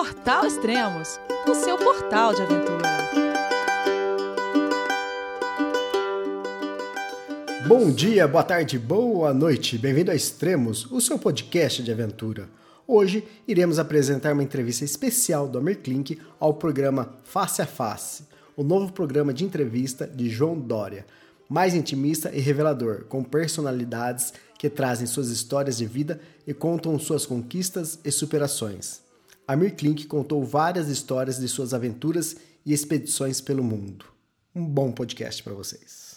Portal Extremos, o seu portal de aventura. Bom dia, boa tarde, boa noite. Bem-vindo a Extremos, o seu podcast de aventura. Hoje iremos apresentar uma entrevista especial do Almir Klink ao programa Face a Face, o novo programa de entrevista de João Dória, mais intimista e revelador, com personalidades que trazem suas histórias de vida e contam suas conquistas e superações. Almir Klink contou várias histórias de suas aventuras e expedições pelo mundo. Um bom podcast para vocês.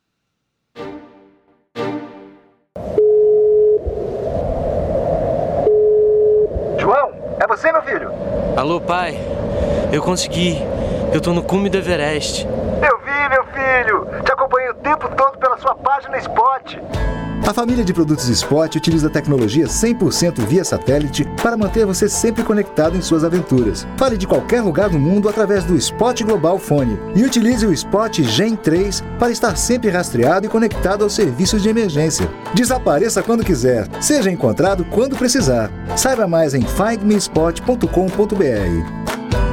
João, é você, meu filho? Alô, pai. Eu consegui. Eu tô no cume do Everest. Eu vi, meu filho. Te acompanhei o tempo todo pela sua página Spot. A família de produtos Spot utiliza tecnologia 100% via satélite para manter você sempre conectado em suas aventuras. Fale de qualquer lugar do mundo através do Spot Global Fone e utilize o Spot Gen 3 para estar sempre rastreado e conectado aos serviços de emergência. Desapareça quando quiser, seja encontrado quando precisar. Saiba mais em findmespot.com.br.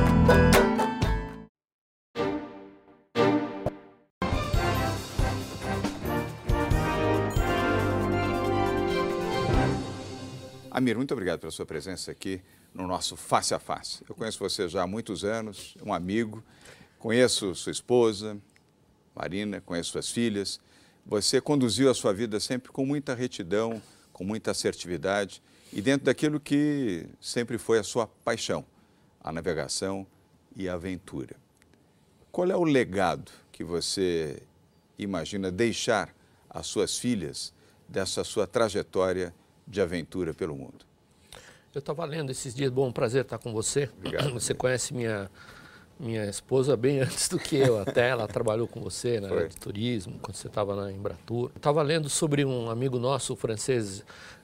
Almir, muito obrigado pela sua presença aqui no nosso Face a Face. Eu conheço você já há muitos anos, um amigo, conheço sua esposa, Marina, conheço suas filhas. Você conduziu a sua vida sempre com muita retidão, com muita assertividade e dentro daquilo que sempre foi a sua paixão, a navegação e a aventura. Qual é o legado que você imagina deixar às suas filhas dessa sua trajetória de aventura pelo mundo? Eu estava lendo esses dias, bom, prazer estar com você. Obrigado. Você conhece minha esposa bem antes do que eu até, ela trabalhou com você na área de turismo, quando você estava na Embratur. Eu estava lendo sobre um amigo nosso, o francês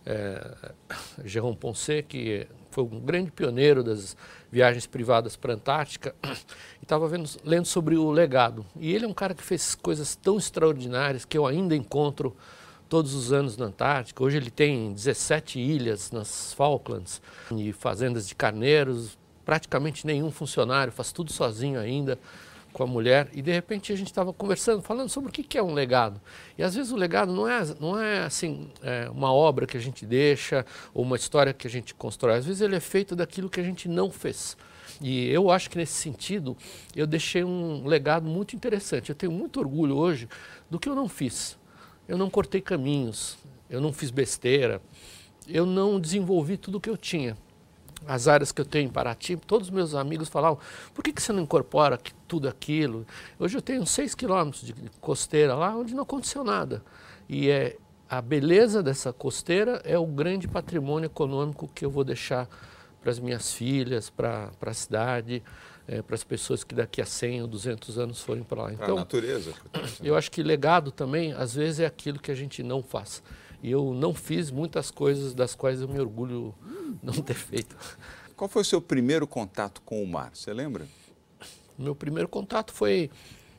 Jérôme Poncet, que foi um grande pioneiro das viagens privadas para a Antártica, e estava lendo sobre o legado. E ele é um cara que fez coisas tão extraordinárias que eu ainda encontro todos os anos na Antártica. Hoje ele tem 17 ilhas nas Falklands e fazendas de carneiros, praticamente nenhum funcionário, faz tudo sozinho ainda com a mulher. E de repente a gente estava conversando, falando sobre o que é um legado. E às vezes o legado não é assim, uma obra que a gente deixa ou uma história que a gente constrói. Às vezes ele é feito daquilo que a gente não fez. E eu acho que nesse sentido eu deixei um legado muito interessante. Eu tenho muito orgulho hoje do que eu não fiz. Eu não cortei caminhos, eu não fiz besteira, eu não desenvolvi tudo o que eu tinha. As áreas que eu tenho em Paraty, todos os meus amigos falavam, por que você não incorpora tudo aquilo? Hoje eu tenho 6 quilômetros de costeira lá, onde não aconteceu nada. E a beleza dessa costeira é o grande patrimônio econômico que eu vou deixar para as minhas filhas, para a cidade, para as pessoas que daqui a 100 ou 200 anos forem para lá. Então, a natureza. Eu acho que legado também, às vezes, é aquilo que a gente não faz. E eu não fiz muitas coisas das quais eu me orgulho não ter feito. Qual foi o seu primeiro contato com o mar? Você lembra? Meu primeiro contato foi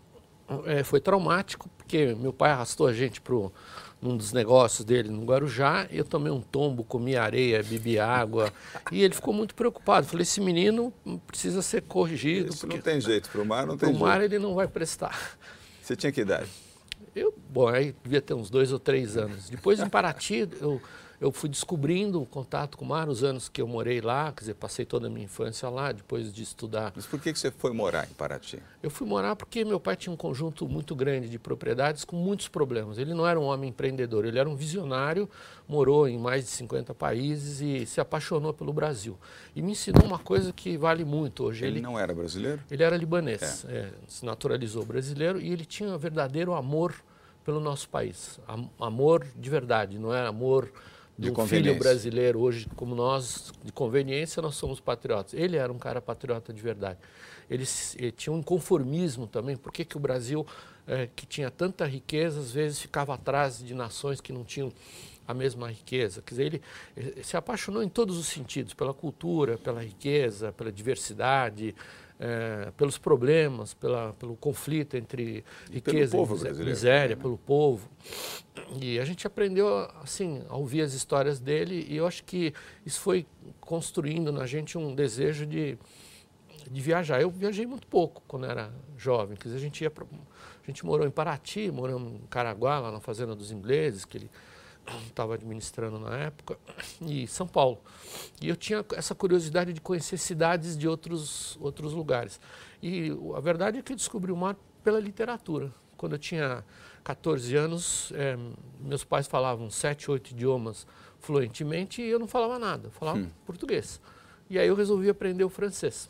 traumático, porque meu pai arrastou a gente para num dos negócios dele no Guarujá, eu tomei um tombo, comi areia, bebi água, e ele ficou muito preocupado. Falei, esse menino precisa ser corrigido. Isso não tem jeito, para o mar não tem jeito. Para o mar ele não vai prestar. Você tinha que idade? Aí devia ter uns 2 ou 3 anos. Depois em Paraty, eu fui descobrindo o contato com o mar, os anos que eu morei lá, quer dizer, passei toda a minha infância lá, depois de estudar. Mas por que você foi morar em Paraty? Eu fui morar porque meu pai tinha um conjunto muito grande de propriedades com muitos problemas. Ele não era um homem empreendedor, ele era um visionário, morou em mais de 50 países e se apaixonou pelo Brasil. E me ensinou uma coisa que vale muito hoje. Ele não era brasileiro? Ele era libanês, se naturalizou brasileiro e ele tinha um verdadeiro amor pelo nosso país. Amor de verdade, não é amor de um filho brasileiro. Hoje, como nós, de conveniência, nós somos patriotas. Ele era um cara patriota de verdade. Ele tinha um inconformismo também. Por que o Brasil, que tinha tanta riqueza, às vezes ficava atrás de nações que não tinham a mesma riqueza? Quer dizer, ele se apaixonou em todos os sentidos, pela cultura, pela riqueza, pela diversidade, pelos problemas, pelo conflito entre riqueza e miséria, pelo povo. E a gente aprendeu assim, a ouvir as histórias dele, e eu acho que isso foi construindo na gente um desejo de viajar. Eu viajei muito pouco quando era jovem, quer dizer, a gente morou em Paraty, moramos em Caraguá, lá na fazenda dos ingleses, que ele estava administrando na época, e São Paulo. E eu tinha essa curiosidade de conhecer cidades de outros lugares. E a verdade é que eu descobri o mar pela literatura. Quando eu tinha 14 anos, meus pais falavam 7, 8 idiomas fluentemente e eu não falava nada, eu falava português. E aí eu resolvi aprender o francês.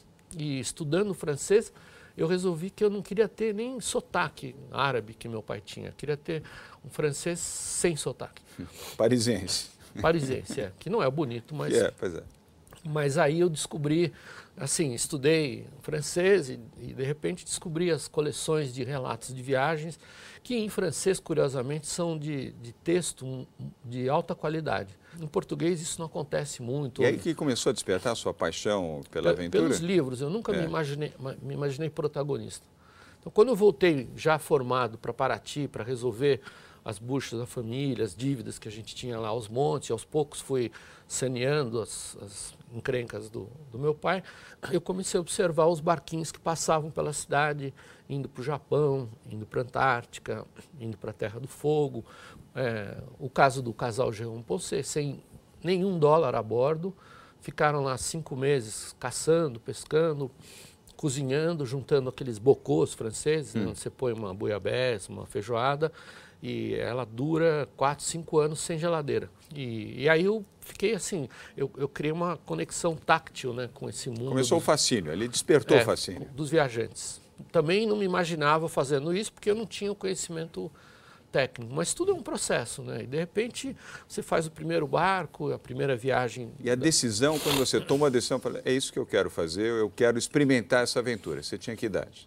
E estudando francês, eu resolvi que eu não queria ter nem sotaque árabe que meu pai tinha. Eu queria ter um francês sem sotaque. Parisiense. Parisiense, que não é bonito, mas... Pois é. Mas aí eu descobri, assim, estudei francês e de repente descobri as coleções de relatos de viagens que em francês, curiosamente, são de texto de alta qualidade. Em português isso não acontece muito. E aí que começou a despertar a sua paixão pela aventura? Pelos livros, eu nunca me imaginei protagonista. Então, quando eu voltei já formado para Paraty, para resolver as buchas da família, as dívidas que a gente tinha lá aos montes, e aos poucos fui saneando as encrencas do meu pai, eu comecei a observar os barquinhos que passavam pela cidade, indo para o Japão, indo para a Antártica, indo para a Terra do Fogo. O caso do casal Jérôme Poncet, sem nenhum dólar a bordo, ficaram lá 5 meses caçando, pescando, cozinhando, juntando aqueles bocôs franceses, né, onde você põe uma bouillabaisse, uma feijoada, e ela dura 4, 5 anos sem geladeira. E aí eu fiquei assim, eu criei uma conexão táctil, né, com esse mundo. Começou o fascínio, ele despertou o fascínio. Dos viajantes. Também não me imaginava fazendo isso porque eu não tinha o conhecimento técnico, mas tudo é um processo, né? E de repente você faz o primeiro barco, a primeira viagem. E a decisão, quando você toma a decisão, é isso que eu quero fazer, eu quero experimentar essa aventura. Você tinha que idade?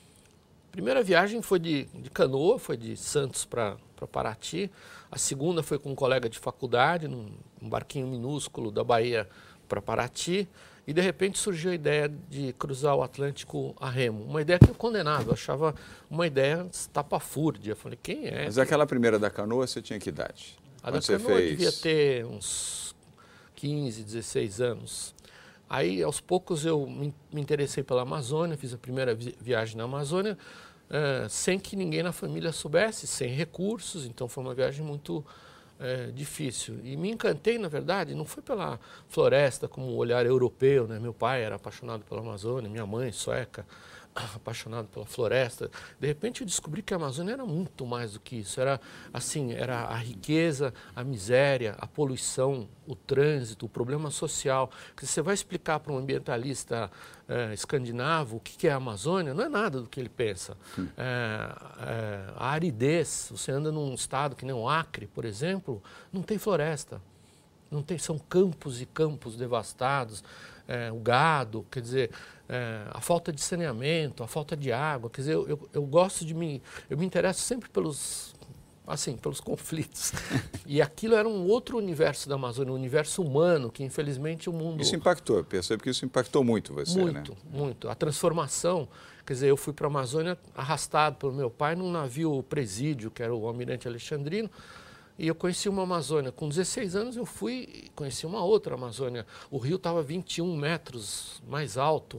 A primeira viagem foi de canoa, foi de Santos para Paraty. A segunda foi com um colega de faculdade, num barquinho minúsculo da Bahia para Paraty. E de repente surgiu a ideia de cruzar o Atlântico a remo. Uma ideia que eu condenava, eu achava uma ideia estapafúrdia. Eu falei, quem é? Mas aquela primeira da canoa, você tinha que idade? A da canoa eu devia ter uns 15, 16 anos. Aí, aos poucos, eu me interessei pela Amazônia, fiz a primeira viagem na Amazônia, sem que ninguém na família soubesse, sem recursos, então foi uma viagem muito difícil. E me encantei, na verdade, não foi pela floresta como um olhar europeu, né? Meu pai era apaixonado pela Amazônia, minha mãe, sueca, apaixonado pela floresta. De repente eu descobri que a Amazônia era muito mais do que isso. Era assim, era a riqueza, a miséria, a poluição, o trânsito, o problema social. Que você vai explicar para um ambientalista escandinavo o que é a Amazônia, não é nada do que ele pensa. A aridez, você anda num estado que nem o Acre, por exemplo, não tem floresta. Não tem, são campos e campos devastados, o gado, quer dizer, a falta de saneamento, a falta de água. Quer dizer, eu gosto de eu me interesso sempre pelos conflitos. E aquilo era um outro universo da Amazônia, um universo humano, que infelizmente o mundo... Isso impactou, eu percebo que isso impactou muito você, né? Muito, muito. A transformação, quer dizer, eu fui para a Amazônia arrastado pelo meu pai num navio presídio, que era o Almirante Alexandrino, e eu conheci uma Amazônia. Com 16 anos eu fui e conheci uma outra Amazônia. O rio estava 21 metros mais alto.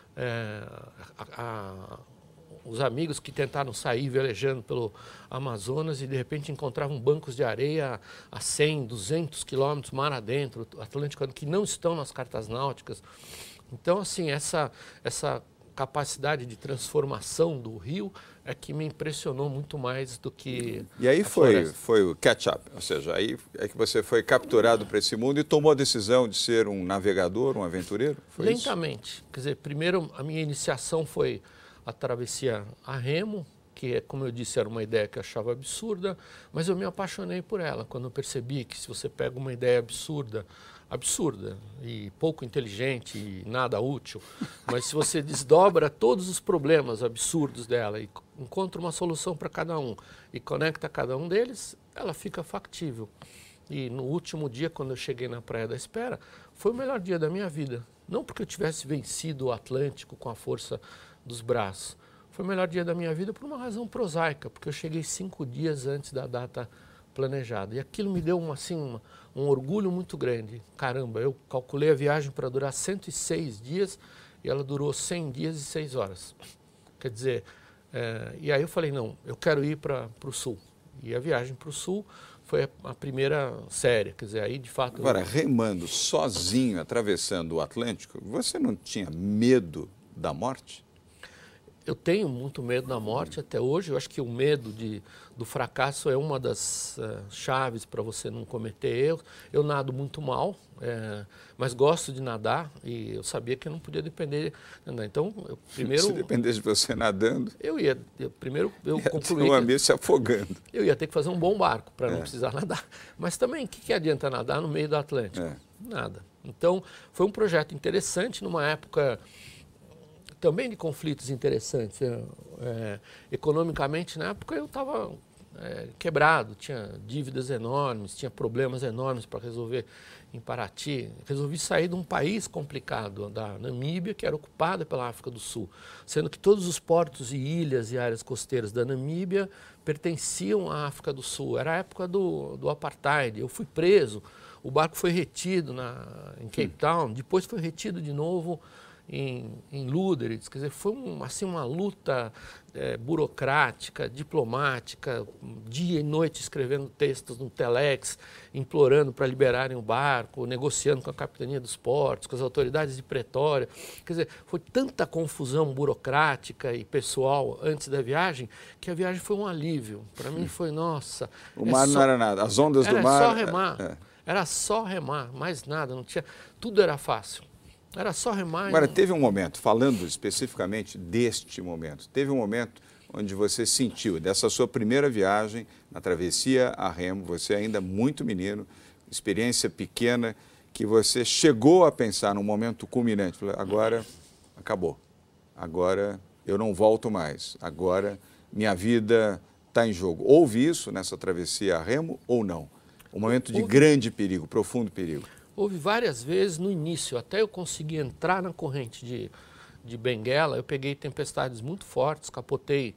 Os amigos que tentaram sair velejando pelo Amazonas e de repente encontravam bancos de areia a 100, 200 quilômetros mar adentro, Atlântico, que não estão nas cartas náuticas. Então, assim, essa capacidade de transformação do rio é que me impressionou muito mais do que... E aí foi o catch-up, ou seja, aí é que você foi capturado para esse mundo e tomou a decisão de ser um navegador, um aventureiro? Foi lentamente. Isso? Quer dizer, primeiro a minha iniciação foi a travessia a remo, que, como eu disse, era uma ideia que eu achava absurda, mas eu me apaixonei por ela, quando eu percebi que se você pega uma ideia absurda e pouco inteligente e nada útil, mas se você desdobra todos os problemas absurdos dela e encontra uma solução para cada um e conecta cada um deles, ela fica factível. E no último dia, quando eu cheguei na Praia da Espera, foi o melhor dia da minha vida. Não porque eu tivesse vencido o Atlântico com a força dos braços. Foi o melhor dia da minha vida por uma razão prosaica, porque eu cheguei 5 dias antes da data planejada. E aquilo me deu um orgulho muito grande. Caramba, eu calculei a viagem para durar 106 dias e ela durou 100 dias e 6 horas. Quer dizer, e aí eu falei, não, eu quero ir para o Sul. E a viagem para o Sul foi a primeira séria. Quer dizer, aí de fato... Agora, remando sozinho, atravessando o Atlântico, você não tinha medo da morte? Eu tenho muito medo da morte até hoje. Eu acho que o medo do fracasso é uma das chaves para você não cometer erros. Eu nado muito mal, mas gosto de nadar e eu sabia que eu não podia depender. Então, primeiro... Se dependesse de você nadando... Primeiro eu concluí... Um amigo se afogando. Eu ia ter que fazer um bom barco para não precisar nadar. Mas também, o que adianta nadar no meio do Atlântico? Nada. Então, foi um projeto interessante numa época... também de conflitos interessantes. Economicamente, na época, eu estava quebrado, tinha dívidas enormes, tinha problemas enormes para resolver em Paraty. Resolvi sair de um país complicado, da Namíbia, que era ocupada pela África do Sul, sendo que todos os portos e ilhas e áreas costeiras da Namíbia pertenciam à África do Sul. Era a época do apartheid. Eu fui preso, o barco foi retido em Cape Town, depois foi retido de novo em Lüderitz. Quer dizer, foi uma luta burocrática, diplomática, dia e noite escrevendo textos no Telex, implorando para liberarem o barco, negociando com a capitania dos portos, com as autoridades de Pretória. Quer dizer, foi tanta confusão burocrática e pessoal antes da viagem, que a viagem foi um alívio. Para mim foi, nossa... O mar não era nada, as ondas do mar... Era só remar, era só remar, mais nada, não tinha... Tudo era fácil. Era só remar. Agora, teve um momento, falando especificamente deste momento, teve um momento onde você sentiu, dessa sua primeira viagem, na travessia a remo, você ainda muito menino, experiência pequena, que você chegou a pensar num momento culminante, agora acabou, agora eu não volto mais, agora minha vida está em jogo. Houve isso nessa travessia a remo ou não? Um momento de grande perigo, profundo perigo. Houve várias vezes no início, até eu conseguir entrar na corrente de Benguela, eu peguei tempestades muito fortes, capotei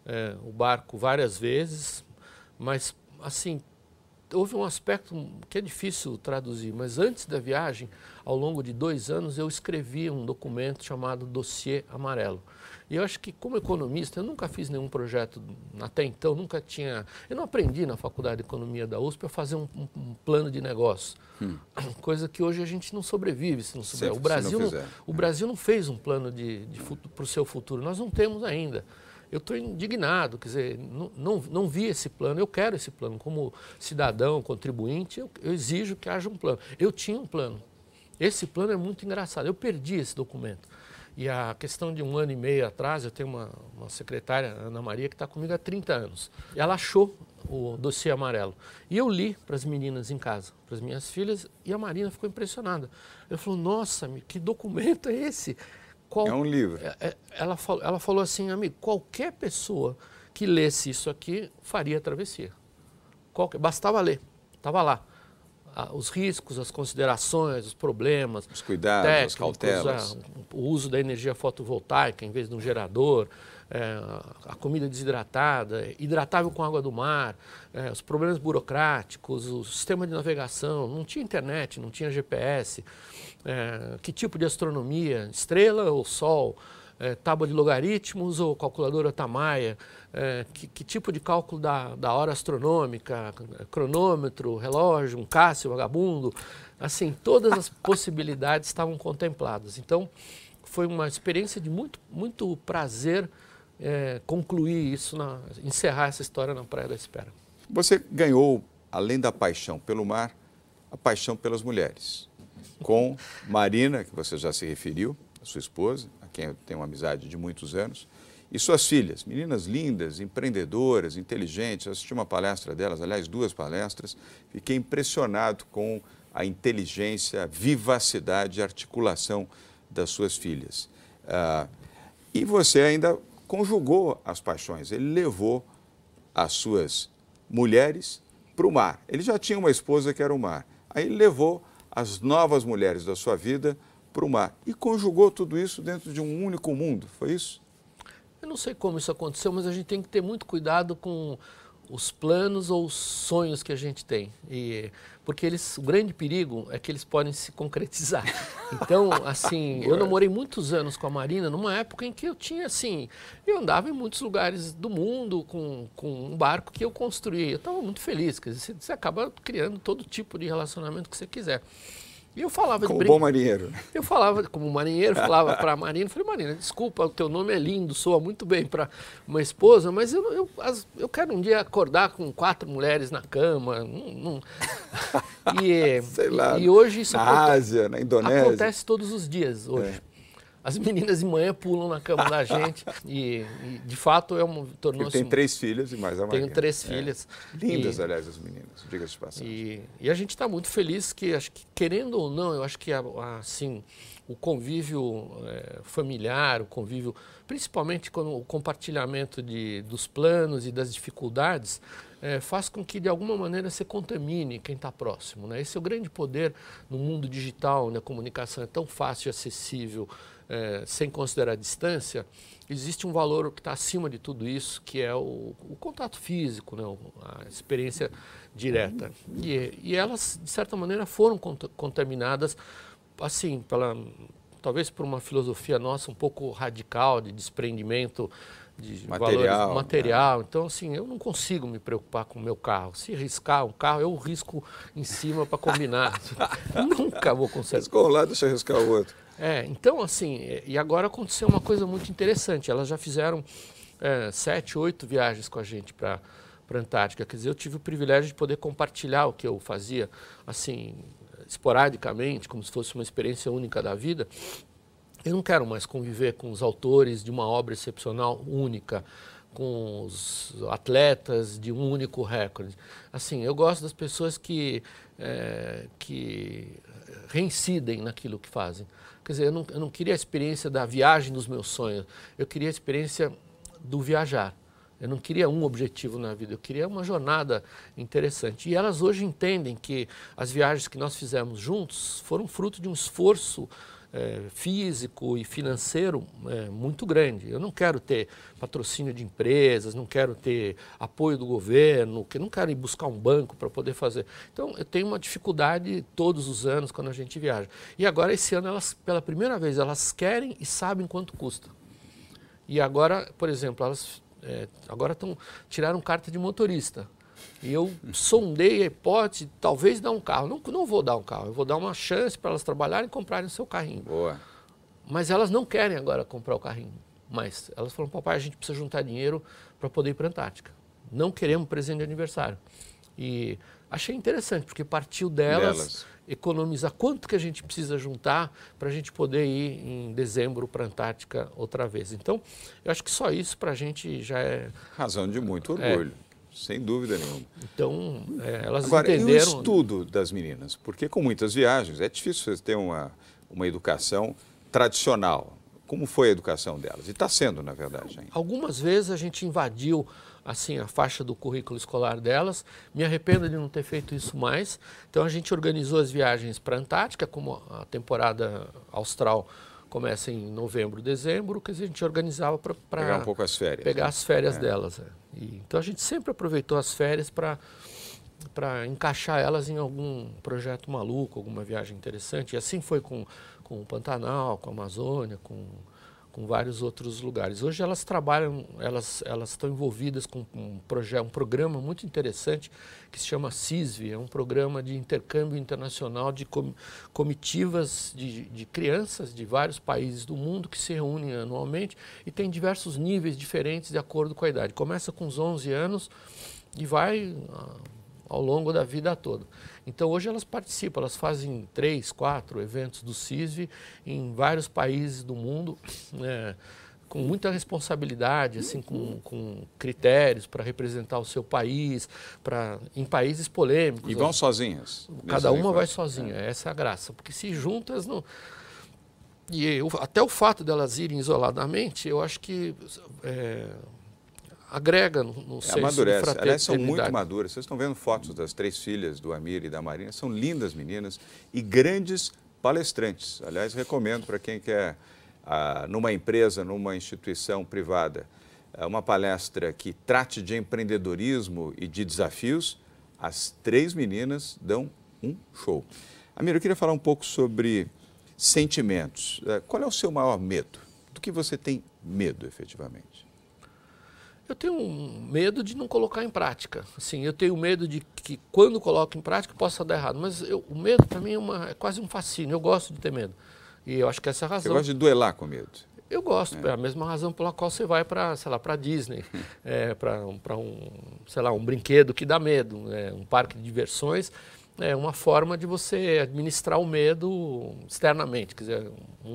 o barco várias vezes, mas assim, houve um aspecto que é difícil traduzir, mas antes da viagem, ao longo de 2 anos, eu escrevi um documento chamado Dossiê Amarelo. E eu acho que, como economista, eu nunca fiz nenhum projeto, até então, eu não aprendi na Faculdade de Economia da USP a fazer um plano de negócio, coisa que hoje a gente não sobrevive se não souber. O Brasil não fez um plano para o seu futuro, nós não temos ainda. Eu estou indignado, quer dizer, não vi esse plano, eu quero esse plano. Como cidadão, contribuinte, eu exijo que haja um plano. Eu tinha um plano. Esse plano é muito engraçado, eu perdi esse documento. E a questão de 1 ano e meio atrás, eu tenho uma secretária, Ana Maria, que está comigo há 30 anos. Ela achou o dossiê amarelo. E eu li para as meninas em casa, para as minhas filhas, e a Marina ficou impressionada. Ela falou, nossa, que documento é esse? É um livro. Ela falou assim, amigo, qualquer pessoa que lesse isso aqui faria a travessia. Bastava ler, estava lá. Os riscos, as considerações, os problemas, os cuidados, técnicos, as cautelas, o uso da energia fotovoltaica em vez de um gerador, a comida desidratada, hidratável com água do mar, os problemas burocráticos, o sistema de navegação, não tinha internet, não tinha GPS, que tipo de astronomia, estrela ou sol, tábua de logaritmos ou calculadora Tamaia, que tipo de cálculo da hora astronômica, cronômetro, relógio, um Cássio, vagabundo, assim, todas as possibilidades estavam contempladas. Então, foi uma experiência de muito prazer concluir isso, encerrar essa história na Praia da Espera. Você ganhou, além da paixão pelo mar, a paixão pelas mulheres. Com Marina, que você já se referiu, a sua esposa, a quem eu tenho uma amizade de muitos anos, e suas filhas, meninas lindas, empreendedoras, inteligentes. Eu assisti uma palestra delas, aliás, 2 palestras, fiquei impressionado com a inteligência, a vivacidade e articulação das suas filhas. E você ainda conjugou as paixões, ele levou as suas mulheres para o mar. Ele já tinha uma esposa que era o mar, aí ele levou as novas mulheres da sua vida para o mar. E conjugou tudo isso dentro de um único mundo, foi isso? Eu não sei como isso aconteceu, mas a gente tem que ter muito cuidado com os planos ou os sonhos que a gente tem. Porque o grande perigo é que eles podem se concretizar. Então, assim, eu namorei muitos anos com a Marina numa época em que eu tinha, assim, eu andava em muitos lugares do mundo com um barco que eu construí. Eu estava muito feliz, quer dizer, você acaba criando todo tipo de relacionamento que você quiser. E eu falava como bom marinheiro. Eu falava como marinheiro, falava para a Marina, falei, Marina, desculpa, o teu nome é lindo, soa muito bem para uma esposa, mas eu quero um dia acordar com 4 mulheres na cama. Sei lá, e hoje isso na Ásia, na Indonésia. Acontece todos os dias hoje. As meninas de manhã pulam na cama da gente e de fato tornou-se... Tem 3 filhas e mais a Marina. Tenho 3 filhas. Lindas, aliás, as meninas, diga-se de passagem. E a gente está muito feliz que, acho que, querendo ou não, eu acho que assim, o convívio familiar, o convívio, principalmente quando o compartilhamento dos planos e das dificuldades, faz com que, de alguma maneira, você contamine quem está próximo, né? Esse é o grande poder no mundo digital, onde a comunicação é tão fácil e acessível, sem considerar a distância. Existe um valor que está acima de tudo isso, que é o contato físico, né? A experiência direta. E elas, de certa maneira, foram contaminadas, assim, talvez por uma filosofia nossa um pouco radical de desprendimento de valores material. Né? Então, assim, eu não consigo me preocupar com o meu carro. Se riscar um carro, eu risco em cima para combinar. Nunca vou conseguir. Riscou um lado, deixa eu riscar o outro. Então, assim, e agora aconteceu uma coisa muito interessante. Elas já fizeram 7, 8 viagens com a gente para a Antártica. Quer dizer, eu tive o privilégio de poder compartilhar o que eu fazia, assim, esporadicamente, como se fosse uma experiência única da vida. Eu não quero mais conviver com os autores de uma obra excepcional única, com os atletas de um único recorde. Assim, eu gosto das pessoas que reincidem naquilo que fazem. Quer dizer, eu não queria a experiência da viagem dos meus sonhos, eu queria a experiência do viajar. Eu não queria um objetivo na vida, eu queria uma jornada interessante. E elas hoje entendem que as viagens que nós fizemos juntos foram fruto de um esforço físico e financeiro muito grande. Eu não quero ter patrocínio de empresas, não quero ter apoio do governo, não quero ir buscar um banco para poder fazer. Então, eu tenho uma dificuldade todos os anos quando a gente viaja. E agora, esse ano, elas, pela primeira vez, elas querem e sabem quanto custa. E agora, por exemplo, elas agora tiraram carta de motorista. E eu sondei a hipótese de talvez dar um carro. Não vou dar um carro, eu vou dar uma chance para elas trabalharem e comprarem o seu carrinho. Boa. Mas elas não querem agora comprar o carrinho. Mas elas falaram, papai, a gente precisa juntar dinheiro para poder ir para a Antártica. Não queremos presente de aniversário. E achei interessante, porque partiu delas economizar quanto que a gente precisa juntar para a gente poder ir em dezembro para a Antártica outra vez. Então, eu acho que só isso para a gente já é... razão de muito orgulho. Sem dúvida nenhuma. Então, elas agora, entenderam... E o estudo das meninas? Porque com muitas viagens é difícil você ter uma educação tradicional. Como foi a educação delas? E está sendo, na verdade. Ainda. Algumas vezes a gente invadiu assim, a faixa do currículo escolar delas. Me arrependo de não ter feito isso mais. Então, a gente organizou as viagens para a Antártica, como a temporada austral começa em novembro, dezembro, que a gente organizava para pegar um pouco as férias. Pegar as férias delas. Então a gente sempre aproveitou as férias para encaixar elas em algum projeto maluco, alguma viagem interessante. E assim foi com o Pantanal, com a Amazônia, com vários outros lugares. Hoje elas trabalham, elas estão envolvidas com um programa muito interessante que se chama CISV, é um programa de intercâmbio internacional de comitivas de crianças de vários países do mundo que se reúnem anualmente e tem diversos níveis diferentes de acordo com a idade. Começa com os 11 anos e vai ao longo da vida toda. Então, hoje elas participam, elas fazem 3, 4 eventos do CISV em vários países do mundo, com muita responsabilidade, assim, com critérios para representar o seu país, em países polêmicos. E vão sozinhas? Cada uma vai sozinha, essa é a graça, porque se juntas não... E até o fato delas irem isoladamente, eu acho que... agrega no senso de fraternidade. Elas são muito maduras. Vocês estão vendo fotos das 3 filhas do Amir e da Marina. São lindas meninas e grandes palestrantes. Aliás, recomendo para quem quer, numa empresa, numa instituição privada, uma palestra que trate de empreendedorismo e de desafios. As 3 meninas dão um show. Amir, eu queria falar um pouco sobre sentimentos. Qual é o seu maior medo? Do que você tem medo, efetivamente? Eu tenho medo de não colocar em prática. Assim, eu tenho medo de que, quando coloco em prática, possa dar errado. Mas o medo, para mim, é quase um fascínio. Eu gosto de ter medo. E eu acho que essa é a razão. Você gosta de duelar com medo? Eu gosto. É a mesma razão pela qual você vai para, sei lá, para Disney, para um brinquedo que dá medo, um parque de diversões. É uma forma de você administrar o medo externamente. Quer dizer,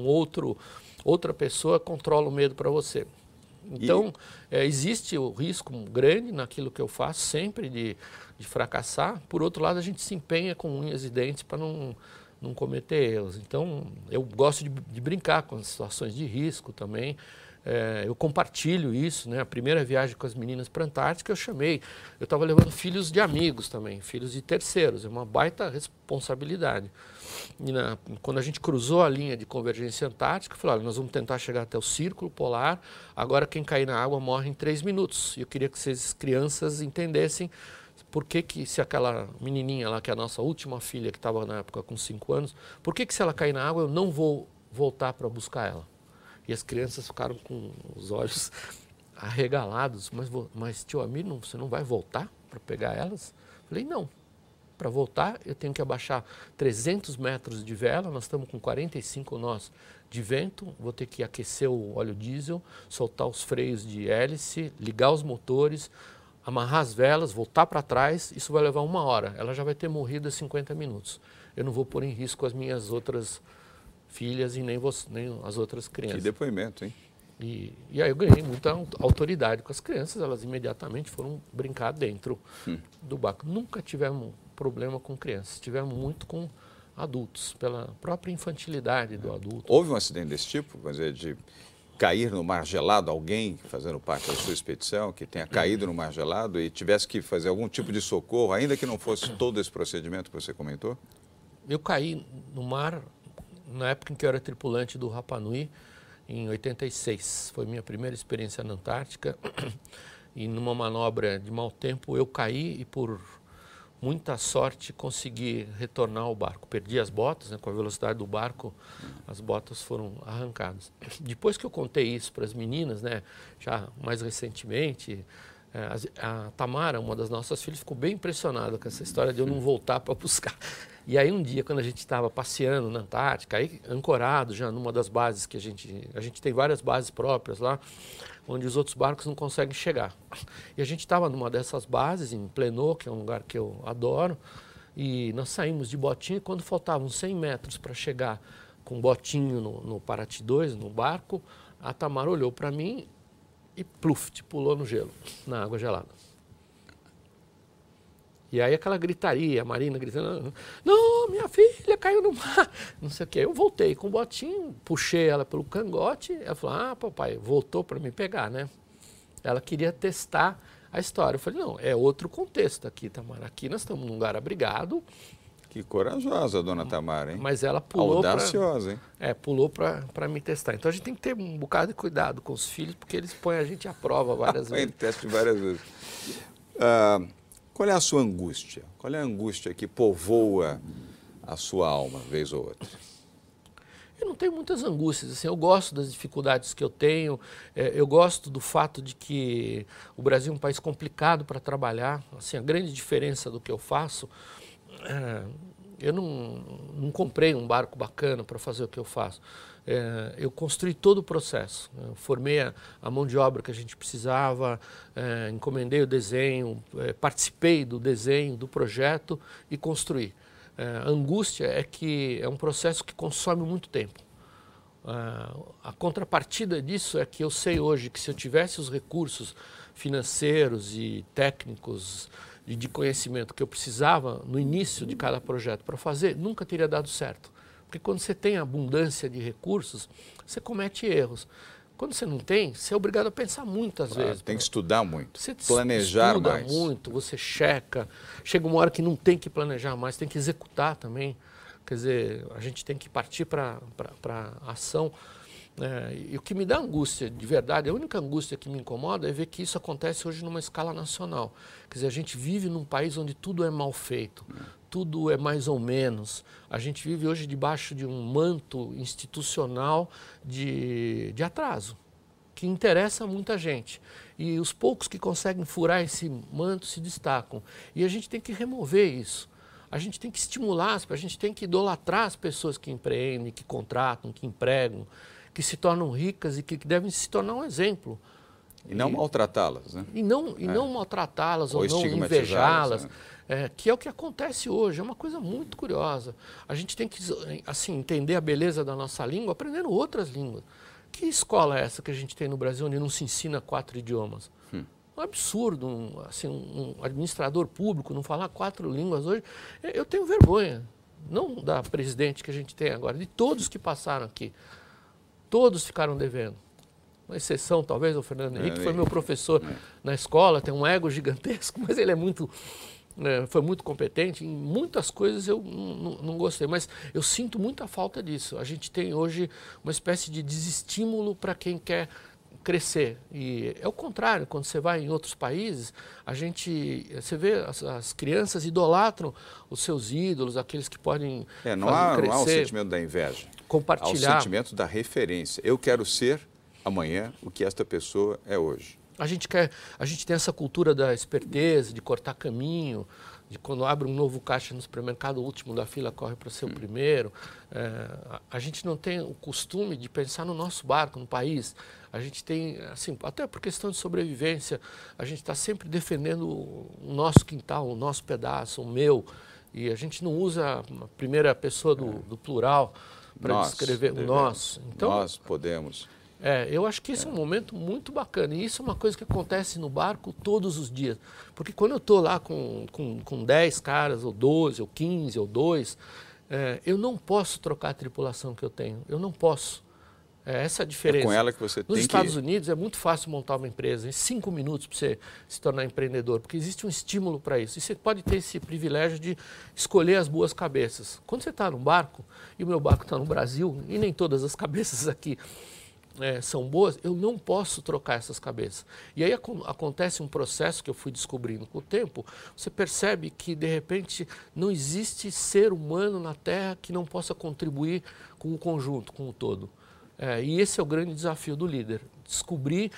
outra pessoa controla o medo para você. Então, existe o risco grande naquilo que eu faço, sempre de fracassar. Por outro lado, a gente se empenha com unhas e dentes para não cometer erros. Então, eu gosto de brincar com as situações de risco também. Eu compartilho isso, né? A primeira viagem com as meninas para a Antártica eu estava levando filhos de amigos também, filhos de terceiros, é uma baita responsabilidade. E quando a gente cruzou a linha de convergência antártica, eu falei, olha, nós vamos tentar chegar até o Círculo Polar, agora quem cair na água morre em 3 minutos. E eu queria que essas crianças entendessem por que se aquela menininha lá, que é a nossa última filha, que estava na época com 5 anos, por que se ela cair na água eu não vou voltar para buscar ela? E as crianças ficaram com os olhos arregalados. Mas tio Amir, você não vai voltar para pegar elas? Falei, não. Para voltar, eu tenho que abaixar 300 metros de vela. Nós estamos com 45 nós de vento. Vou ter que aquecer o óleo diesel, soltar os freios de hélice, ligar os motores, amarrar as velas, voltar para trás. Isso vai levar 1 hora. Ela já vai ter morrido a 50 minutos. Eu não vou pôr em risco as minhas outras filhas e nem as outras crianças. Que depoimento, hein? E aí eu ganhei muita autoridade com as crianças, elas imediatamente foram brincar dentro do barco. Nunca tivemos problema com crianças, tivemos muito com adultos, pela própria infantilidade do adulto. Houve um acidente desse tipo, quer dizer, de cair no mar gelado, alguém fazendo parte da sua expedição, que tenha caído no mar gelado e tivesse que fazer algum tipo de socorro, ainda que não fosse todo esse procedimento que você comentou? Eu caí no mar na época em que eu era tripulante do Rapa Nui, em 86. Foi minha primeira experiência na Antártica. E numa manobra de mau tempo eu caí e por muita sorte consegui retornar ao barco. Perdi as botas, né, com a velocidade do barco, as botas foram arrancadas. Depois que eu contei isso para as meninas, né, já mais recentemente, a Tamara, uma das nossas filhas, ficou bem impressionada com essa história de eu não voltar para buscar. E aí um dia, quando a gente estava passeando na Antártica, aí ancorado já numa das bases que a gente tem várias bases próprias lá, onde os outros barcos não conseguem chegar. E a gente estava numa dessas bases, em Plenô, que é um lugar que eu adoro, e nós saímos de botinho, e quando faltavam 100 metros para chegar com botinho no Paraty 2, no barco, a Tamara olhou para mim e pluft, pulou no gelo, na água gelada. E aí aquela gritaria, a Marina gritando, não, minha filha caiu no mar, não sei o quê. Eu voltei com o botinho, puxei ela pelo cangote, ela falou, papai, voltou para me pegar, né? Ela queria testar a história. Eu falei, não, é outro contexto aqui, Tamara. Aqui nós estamos num lugar abrigado. Que corajosa, dona Tamara, hein? Mas ela pulou. Audaciosa, hein? Pulou para me testar. Então a gente tem que ter um bocado de cuidado com os filhos, porque eles põem a gente à prova várias vezes. Teste várias vezes. Qual é a sua angústia? Qual é a angústia que povoa a sua alma, vez ou outra? Eu não tenho muitas angústias, assim, eu gosto das dificuldades que eu tenho, eu gosto do fato de que o Brasil é um país complicado para trabalhar, assim, a grande diferença do que eu faço, eu não comprei um barco bacana para fazer o que eu faço. Eu construí todo o processo, eu formei a mão de obra que a gente precisava, encomendei o desenho, participei do desenho, do projeto e construí. A angústia é que é um processo que consome muito tempo. A contrapartida disso é que eu sei hoje que se eu tivesse os recursos financeiros e técnicos de conhecimento que eu precisava no início de cada projeto para fazer, nunca teria dado certo. Porque quando você tem abundância de recursos, você comete erros. Quando você não tem, você é obrigado a pensar muitas vezes. Tem que estudar muito, você planejar estuda mais. muito, você checa. Chega uma hora que não tem que planejar mais, tem que executar também. Quer dizer, a gente tem que partir para a ação. E o que me dá angústia, de verdade, a única angústia que me incomoda é ver que isso acontece hoje numa escala nacional. Quer dizer, a gente vive num país onde tudo é mal feito, tudo é mais ou menos. A gente vive hoje debaixo de um manto institucional de atraso, que interessa a muita gente. E os poucos que conseguem furar esse manto se destacam. E a gente tem que remover isso. A gente tem que estimular, a gente tem que idolatrar as pessoas que empreendem, que contratam, que empregam, que se tornam ricas e que devem se tornar um exemplo. E não maltratá-las, né? E não maltratá-las ou não invejá-las, né? Que é o que acontece hoje. É uma coisa muito curiosa. A gente tem que assim, entender a beleza da nossa língua aprendendo outras línguas. Que escola é essa que a gente tem no Brasil onde não se ensina 4 idiomas? Um absurdo, um administrador público não falar 4 línguas hoje. Eu tenho vergonha, não da presidente que a gente tem agora, de todos que passaram aqui. Todos ficaram devendo. Uma exceção, talvez, o Fernando Henrique, que foi meu professor na escola, tem um ego gigantesco, mas ele foi muito competente. Em muitas coisas eu não gostei, mas eu sinto muita falta disso. A gente tem hoje uma espécie de desestímulo para quem quer crescer. E é o contrário, quando você vai em outros países, você vê as crianças idolatram os seus ídolos, aqueles que podem não há o sentimento da inveja. Compartilhar. Há o sentimento da referência. Eu quero ser amanhã o que esta pessoa é hoje. A gente tem essa cultura da esperteza, de cortar caminho, de quando abre um novo caixa no supermercado, o último da fila corre para ser o primeiro. A gente não tem o costume de pensar no nosso barco, no país. A gente tem, assim, até por questão de sobrevivência, a gente está sempre defendendo o nosso quintal, o nosso pedaço, o meu. E a gente não usa a primeira pessoa do plural para descrever o nós. Então, nós podemos. Eu acho que esse é um momento muito bacana. E isso é uma coisa que acontece no barco todos os dias. Porque quando eu estou lá com 10 caras, ou 12, ou 15, ou 2, eu não posso trocar a tripulação que eu tenho. Eu não posso. Essa é a diferença. É com ela que você tem que... Nos Estados Unidos é muito fácil montar uma empresa, em 5 minutos para você se tornar empreendedor, porque existe um estímulo para isso. E você pode ter esse privilégio de escolher as boas cabeças. Quando você está num barco, e o meu barco está no Brasil, e nem todas as cabeças aqui são boas, eu não posso trocar essas cabeças. E aí acontece um processo que eu fui descobrindo com o tempo. Você percebe que, de repente, não existe ser humano na Terra que não possa contribuir com o conjunto, com o todo. E esse é o grande desafio do líder, descobrir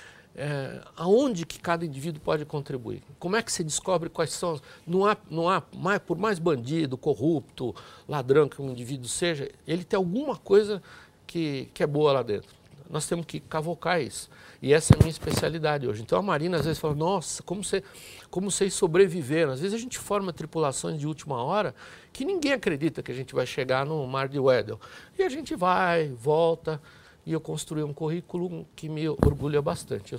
aonde que cada indivíduo pode contribuir. Como é que se descobre quais são... Não há por mais bandido, corrupto, ladrão que um indivíduo seja, ele tem alguma coisa que é boa lá dentro. Nós temos que cavocar isso. E essa é a minha especialidade hoje. Então a Marina às vezes fala, nossa, como vocês sobreviveram. Às vezes a gente forma tripulações de última hora que ninguém acredita que a gente vai chegar no Mar de Weddell. E a gente vai, volta, e eu construí um currículo que me orgulha bastante.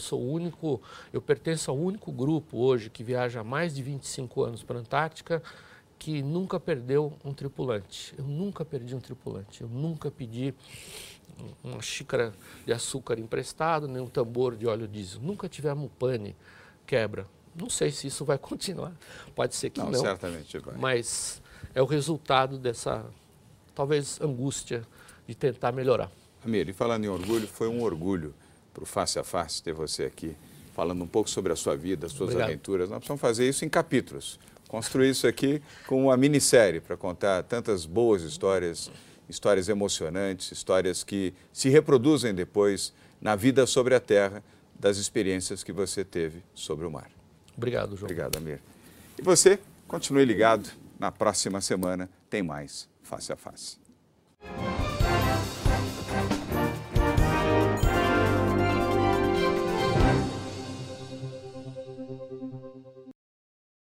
Eu pertenço ao único grupo hoje que viaja há mais de 25 anos para a Antártica que nunca perdeu um tripulante. Eu nunca perdi um tripulante. Eu nunca pedi uma xícara de açúcar emprestado, nem um tambor de óleo diesel. Nunca tivemos um pane, quebra. Não sei se isso vai continuar. Pode ser que não. Certamente vai. Mas é o resultado dessa, talvez, angústia de tentar melhorar. Amir, e falando em orgulho, foi um orgulho para o Face a Face ter você aqui, falando um pouco sobre a sua vida, as suas aventuras. Nós precisamos fazer isso em capítulos. Construir isso aqui com uma minissérie para contar tantas boas histórias, histórias emocionantes, histórias que se reproduzem depois na vida sobre a terra das experiências que você teve sobre o mar. Obrigado, João. Obrigado, Amir. E você, continue ligado. Na próxima semana tem mais Face a Face.